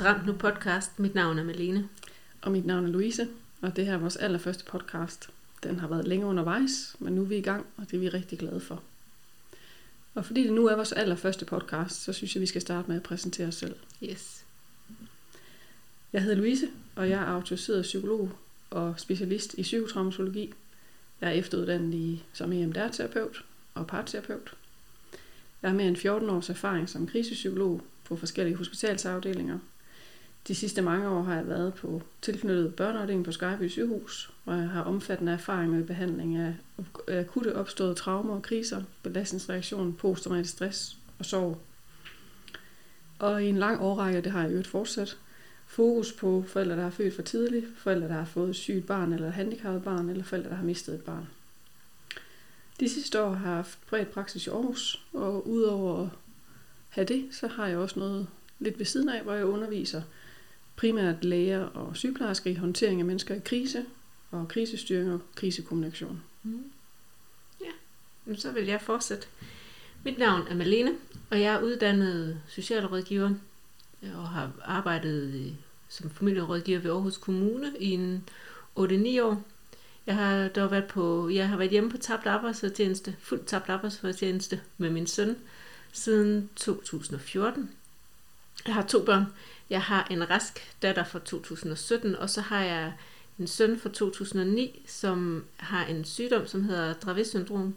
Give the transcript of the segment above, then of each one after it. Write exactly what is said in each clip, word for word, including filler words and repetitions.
Ramt Nu podcast. Mit navn er Malene. Og mit navn er Louise, og det her er vores allerførste podcast. Den har været længe undervejs, men nu er vi i gang, og det er vi rigtig glade for. Og fordi det nu er vores allerførste podcast, så synes jeg, vi skal starte med at præsentere os selv. Yes. Jeg hedder Louise, og jeg er autoriseret psykolog og specialist i psykotraumatologi. Jeg er efteruddannet i, som E M D R-terapeut og parterapeut. Jeg har mere end fjorten års erfaring som krisepsykolog på forskellige hospitalsafdelinger. De sidste mange år har jeg været på tilknyttet børneafdeling på Skyby sygehus, hvor jeg har omfattende erfaring med behandling af akutte opståede traumer og kriser, belastningsreaktion, posttraumatisk stress og sorg. Og i en lang årrække, det har jeg øvrigt fortsat, fokus på forældre, der har født for tidligt, forældre, der har fået sygt barn eller et handicappet barn, eller forældre, der har mistet et barn. De sidste år har jeg haft bredt praksis i Aarhus, og udover at have det, så har jeg også noget lidt ved siden af, hvor jeg underviser primært læger og sygeplejersker i håndtering af mennesker i krise, og krisestyring og krisekommunikation. Mm. Ja, så vil jeg fortsætte. Mit navn er Malene, og jeg er uddannet socialrådgiver og har arbejdet som familierådgiver ved Aarhus Kommune i en otte ni år. Jeg har dog været på, jeg har været hjemme på tabt arbejdsfortjeneste, fuldt tabt arbejdsfortjeneste med min søn siden to tusind og fjorten. Jeg har to børn. Jeg har en rask datter fra to tusind og sytten, og så har jeg en søn fra to tusind og ni, som har en sygdom, som hedder Dravet-syndrom.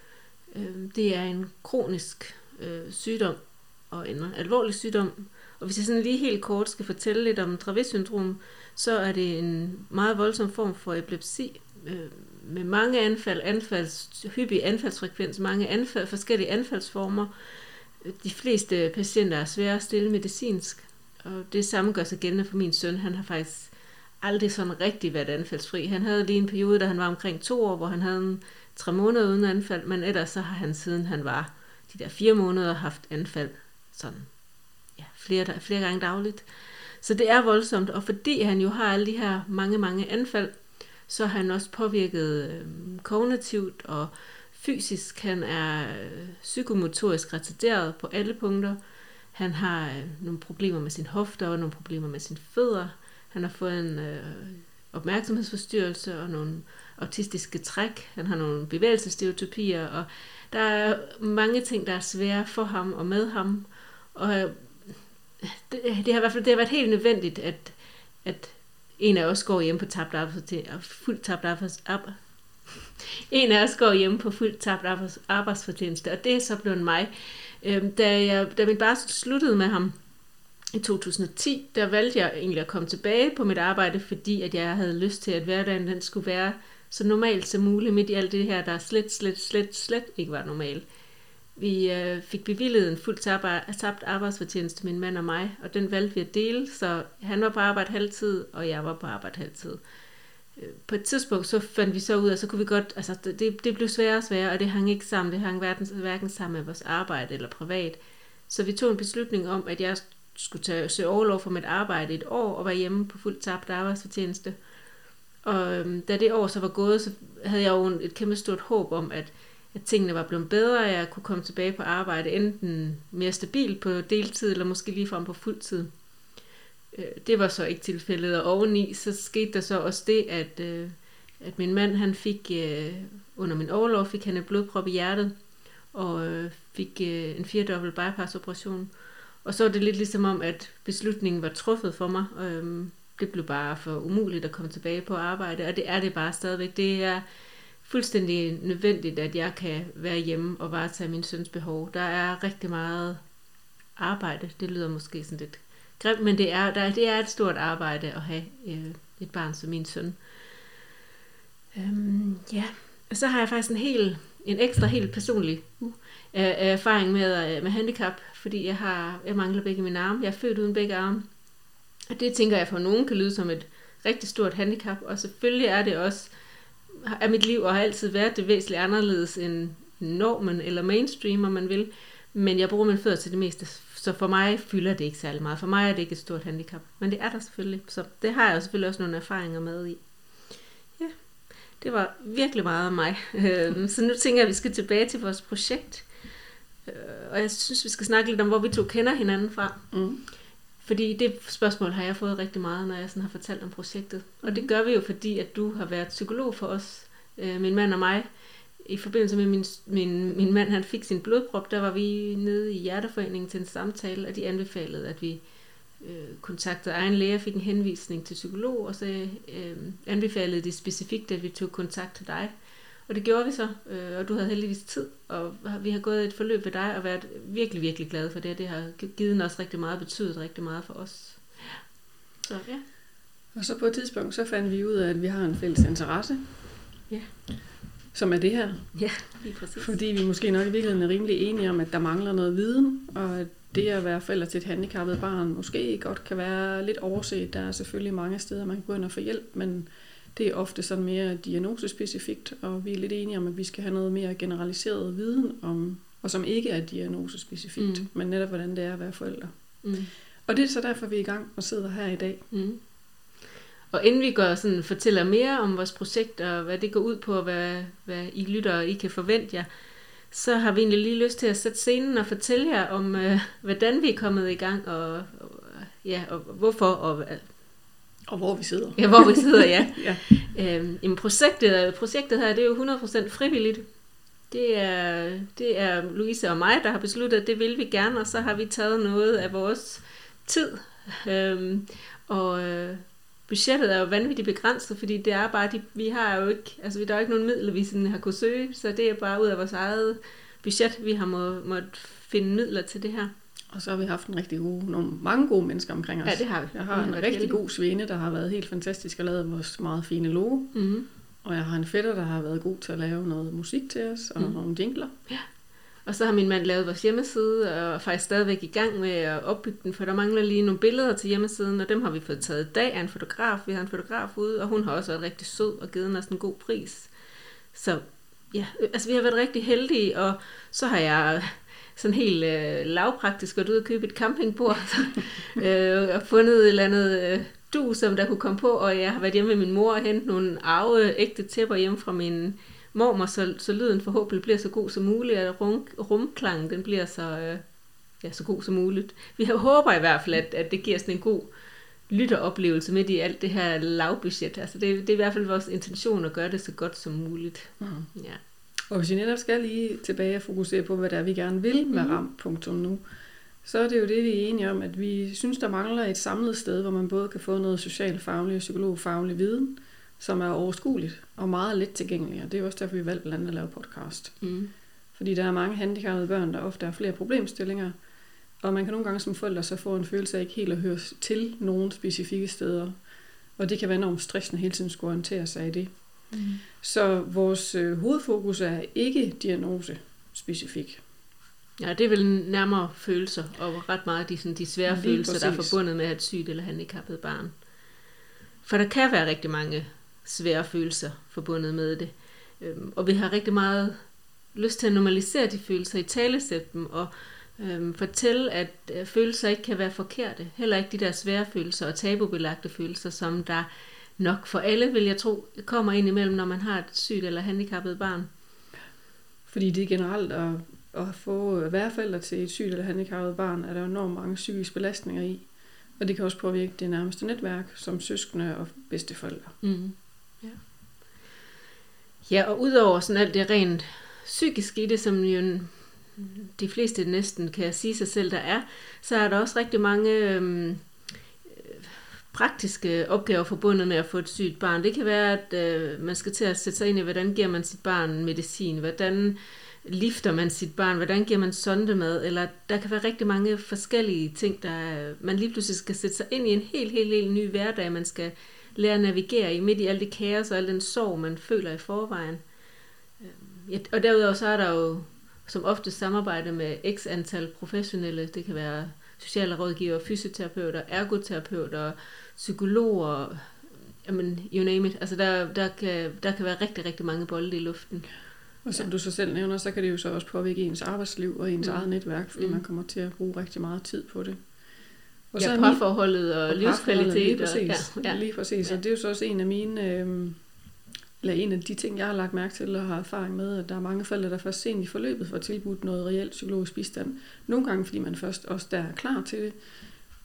Det er en kronisk sygdom og en alvorlig sygdom. Og hvis jeg sådan lige helt kort skal fortælle lidt om Dravet-syndrom, så er det en meget voldsom form for epilepsi, med mange anfald, anfalds, hyppig anfaldsfrekvens, mange anfald, forskellige anfaldsformer. De fleste patienter er svære at stille medicinsk, og det samme gør sig gældende for min søn. Han har faktisk aldrig sådan rigtig været anfaldsfri. Han havde lige en periode, da han var omkring to år, hvor han havde en, tre måneder uden anfald, men ellers så har han siden han var de der fire måneder haft anfald sådan, ja, flere, flere gange dagligt. Så det er voldsomt, og fordi han jo har alle de her mange, mange anfald, så er han også påvirket øh, kognitivt og fysisk. Han er øh, psykomotorisk retarderet på alle punkter. Han har øh, nogle problemer med sine hofter og nogle problemer med sine fødder. Han har fået en øh, opmærksomhedsforstyrrelse og nogle autistiske træk. Han har nogle bevægelsesstereotypier, og der er mange ting, der er svære for ham og med ham. Og øh, det, det har i hvert fald det har været helt nødvendigt, at, at en af os går hjemme på tabt arbejdsfortjeneste, fuldt tabt arbejdsfortjeneste. En af os går hjemme på fuldt tabt arbejdsfortjeneste, og det er så blevet mig. Da, jeg, da min barsel sluttede med ham i to tusind og ti, der valgte jeg egentlig at komme tilbage på mit arbejde, fordi at jeg havde lyst til, at hverdagen den skulle være så normalt som muligt, midt i alt det her, der slet, slet, slet, slet ikke var normalt. Vi øh, fik bevilget en fuldt tabt arbejdsfortjeneste, min mand og mig, og den valgte vi at dele, så han var på arbejde halvtid, og jeg var på arbejde halvtid. På et tidspunkt så fandt vi så ud af, så kunne vi godt, altså det, det blev sværere og sværere, og det hang ikke sammen, det hang hverken, hverken sammen med vores arbejde eller privat. Så vi tog en beslutning om, at jeg skulle tage, søge overlov for mit arbejde et år, og være hjemme på fuldt tabt arbejdsfortjeneste. Og øhm, da det år så var gået, så havde jeg jo et kæmpe stort håb om, at at tingene var blevet bedre, og jeg kunne komme tilbage på arbejde, enten mere stabil på deltid, eller måske ligefrem på fuldtid. Det var så ikke tilfældet, og oveni, så skete der så også det, at, at min mand, han fik, under min orlov, fik han et blodprop i hjertet, og fik en firedobbelt bypass-operation. Og så var det lidt ligesom om, at beslutningen var truffet for mig. Det blev bare for umuligt at komme tilbage på arbejde, og det er det bare stadigvæk. Det er fuldstændig nødvendigt, at jeg kan være hjemme og varetage min søns behov. Der er rigtig meget arbejde. Det lyder måske sådan lidt grimt, men det er, der, det er et stort arbejde at have øh, et barn som min søn. Øhm, ja, og så har jeg faktisk en helt, en ekstra helt personlig uh, erfaring med, med handicap, fordi jeg har, jeg mangler begge mine arme. Jeg er født uden begge arme. Og det tænker jeg for nogen kan lyde som et rigtig stort handicap, og selvfølgelig er det også af mit liv og har altid været det væsentligt anderledes end normen eller mainstream, om man vil. Men jeg bruger mine fødder til det meste, så for mig fylder det ikke særlig meget. For mig er det ikke et stort handicap, men det er der selvfølgelig. Så det har jeg selvfølgelig også nogle erfaringer med i. Ja, det var virkelig meget af mig. Så nu tænker jeg, at vi skal tilbage til vores projekt. Og jeg synes, vi skal snakke lidt om, hvor vi to kender hinanden fra. Mm. Fordi det spørgsmål har jeg fået rigtig meget, når jeg sådan har fortalt om projektet. Og det gør vi jo, fordi at du har været psykolog for os, øh, min mand og mig. I forbindelse med min, min, min mand, han fik sin blodprop, der var vi nede i Hjerteforeningen til en samtale, og de anbefalede, at vi øh, kontaktede egen læge, fik en henvisning til psykolog, og så øh, anbefalede de specifikt, at vi tog kontakt til dig. Og det gjorde vi så, øh, og du havde heldigvis tid, og vi har gået et forløb ved dig, og været virkelig, virkelig glade for det. Det har givet os rigtig meget, betydet rigtig meget for os. Så ja. Og så på et tidspunkt, så fandt vi ud af, at vi har en fælles interesse. Ja. Som er det her. Ja, lige præcis. Fordi vi måske nok i virkeligheden er rimelig enige om, at der mangler noget viden, og at det at være forælder til et handicappet barn måske godt kan være lidt overset. Der er selvfølgelig mange steder, man kan gå ind og få hjælp, men det er ofte sådan mere diagnosespecifikt, og vi er lidt enige om, at vi skal have noget mere generaliseret viden om, og som ikke er diagnosespecifikt, mm. men netop hvordan det er at være forælder. Mm. Og det er så derfor, vi er i gang og sidder her i dag. Mm. Og inden vi går sådan, fortæller mere om vores projekt, og hvad det går ud på, og hvad, hvad I lytter og I kan forvente jer, så har vi egentlig lige lyst til at sætte scenen og fortælle jer om, øh, hvordan vi er kommet i gang, og, og, ja, og hvorfor, og, og hvor vi sidder. Ja, hvor vi sidder, ja. ja. Øhm, jamen, projektet, projektet her, det er jo hundrede procent frivilligt. Det er, det er Louise og mig, der har besluttet, at det vil vi gerne, og så har vi taget noget af vores tid. Øhm, og øh, budgettet er jo vanvittigt begrænset, fordi det er bare, de, vi har jo ikke, altså der er jo ikke nogen midler, vi sådan har kunnet søge, så det er bare ud af vores eget budget, vi har må, måttet finde midler til det her. Og så har vi haft en rigtig gode, nogle, mange gode mennesker omkring os. Ja, det har vi. Jeg har en rigtig heldig. god svende, der har været helt fantastisk og lavet vores meget fine logo. Mm-hmm. Og jeg har en fætter, der har været god til at lave noget musik til os, og mm. nogle jingler. Ja. Og så har min mand lavet vores hjemmeside, og er faktisk stadigvæk i gang med at opbygge den, for der mangler lige nogle billeder til hjemmesiden, og dem har vi fået taget i dag af en fotograf. Vi har en fotograf ude, og hun har også været rigtig sød og givet os en god pris. Så ja, altså vi har været rigtig heldige, og så har jeg sådan helt øh, lavpraktisk gået ud og købe et campingbord, øh, og fundet et eller andet øh, du, som der kunne komme på, og jeg har været hjemme med min mor og hentet nogle arve ægte tæpper hjemme fra min mormor, så, så lyden forhåbentlig bliver så god som muligt, og rum, rumklangen den bliver så, øh, ja, så god som muligt. Vi håber i hvert fald, at, at det giver sådan en god lytteroplevelse midt i alt det her lavbudget. Altså det, det er i hvert fald vores intention at gøre det så godt som muligt. Mm. Ja. Og hvis vi netop skal lige tilbage og fokusere på, hvad det er, vi gerne vil med mm-hmm. ram punktum nu, så er det jo det, vi er enige om, at vi synes, der mangler et samlet sted, hvor man både kan få noget socialfaglig og psykologfaglig viden, som er overskueligt og meget let tilgængeligt. Og det er også derfor, vi valgte blandt andet at lave podcast. Mm. Fordi der er mange handicappede børn, der ofte har flere problemstillinger, og man kan nogle gange som forældre så få en følelse af ikke helt at høre til nogle specifikke steder. Og det kan være enormt stressende hele tiden skulle orientere sig i det. Mm. Så vores øh, hovedfokus er ikke diagnosespecifik. Ja, det er vel nærmere følelser, og ret meget de, sådan, de svære Lige følelser, præcis. Der er forbundet med at have et sygt eller handicappet barn. For der kan være rigtig mange svære følelser forbundet med det. Øhm, og vi har rigtig meget lyst til at normalisere de følelser, i talesætte dem, og øhm, fortælle, at øh, følelser ikke kan være forkerte. Heller ikke de der svære følelser og tabubelagte følelser, som der nok for alle, vil jeg tro, kommer ind imellem, når man har et sygt eller handicappet barn. Fordi det er generelt at, at få være forælder til et sygt eller handicappet barn, er der enormt mange psykiske belastninger i. Og det kan også påvirke det nærmeste netværk, som søskende og bedsteforældre. Mm. Ja. Ja, og udover sådan alt det rent psykiske i det, som jo de fleste næsten kan sige sig selv, der er, så er der også rigtig mange øhm, praktiske opgaver forbundet med at få et sygt barn. Det kan være, at øh, man skal til at sætte sig ind i, hvordan giver man sit barn medicin, hvordan lifter man sit barn, hvordan giver man sondemad, eller der kan være rigtig mange forskellige ting, der man lige pludselig skal sætte sig ind i en helt, helt, helt ny hverdag, man skal lære at navigere i, midt i alt det kaos og al den sorg, man føler i forvejen. Ja, og derudover så er der jo som ofte samarbejde med x antal professionelle, det kan være sociale rådgivere, fysioterapeuter, ergoterapeuter, psykologer, jamen, you name it. Altså der, der, kan, der kan være rigtig, rigtig mange bolde i luften. Og som ja. du så selv nævner, så kan det jo så også påvirke ens arbejdsliv og ens mm. eget netværk, fordi mm. man kommer til at bruge rigtig meget tid på det. Og ja, parforholdet og, og livskvalitet. Lige præcis. Og, ja, ja. Lige præcis. Ja. Og det er jo så også en af mine, øh, eller en af de ting, jeg har lagt mærke til og har erfaring med, at der er mange forældre, der først sent i forløbet får tilbudt noget reelt psykologisk bistand. Nogle gange, fordi man først også der er klar til det,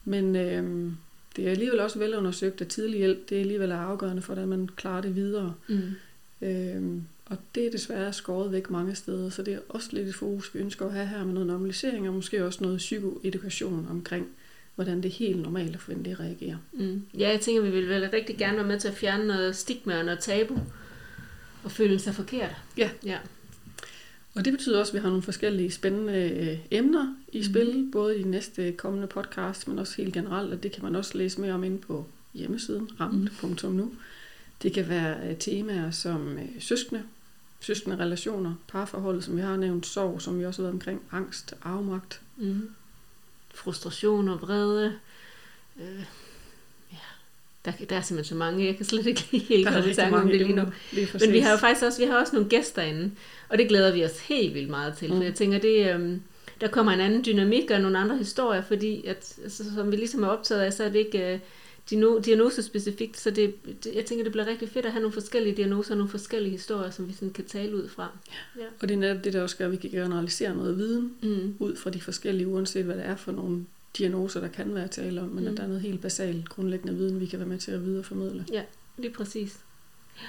Men øh, det er alligevel også velundersøgt, at tidlig hjælp, det er alligevel afgørende for, at man klarer det videre. Mm. Øh, og det er desværre skåret væk mange steder, så det er også lidt et fokus, vi ønsker at have her med noget normalisering, og måske også noget psykoedukation omkring, hvordan det er helt normalt at forvente at reagere. Mm. Ja, jeg tænker, vi vil vel rigtig gerne være med til at fjerne noget stigma og noget tabu, og føle sig forkert. Ja. Ja. Og det betyder også, at vi har nogle forskellige spændende øh, emner i spil, Mm. både i de næste kommende podcast, men også helt generelt, og det kan man også læse mere om inde på hjemmesiden, ramt punktum nu. Det kan være øh, temaer som øh, søskende, søskende relationer, parforhold, som vi har nævnt, sorg, som vi også har været omkring, angst, afmagt. Mm. Frustration og vrede. Øh, ja. der, der er simpelthen så mange, jeg kan slet ikke lige helt komme i tanke om det lige nu. Men vi har jo faktisk også, vi har også nogle gæster inde, og det glæder vi os helt vildt meget til, for mm. jeg tænker, det, øhm, der kommer en anden dynamik og nogle andre historier, fordi at, altså, som vi ligesom er optaget af, så er det ikke øh, diagnosespecifikt, så det, det, jeg tænker, det bliver rigtig fedt at have nogle forskellige diagnoser og nogle forskellige historier, som vi sådan kan tale ud fra. Ja. Og det er netop det, der også gør, at vi kan generalisere noget viden mm. ud fra de forskellige, uanset hvad det er for nogle diagnoser, der kan være tale om, men mm. at der er noget helt basalt, grundlæggende viden, vi kan være med til at videreformidle. Ja, lige præcis. Ja.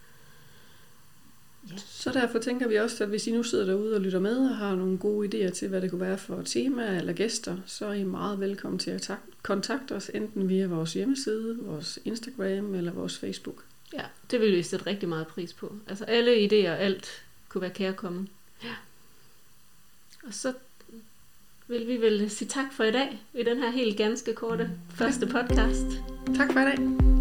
Ja. Så derfor tænker vi også, at hvis I nu sidder derude og lytter med og har nogle gode idéer til, hvad det kunne være for temaer eller gæster, så er I meget velkommen til at kontakte os, enten via vores hjemmeside, vores Instagram eller vores Facebook. Ja, det vil vi sætte rigtig meget pris på. Altså alle idéer, alt kunne være kærkommen. Ja. Og så vil vi vel sige tak for i dag, i den her helt ganske korte første podcast. Tak for i dag.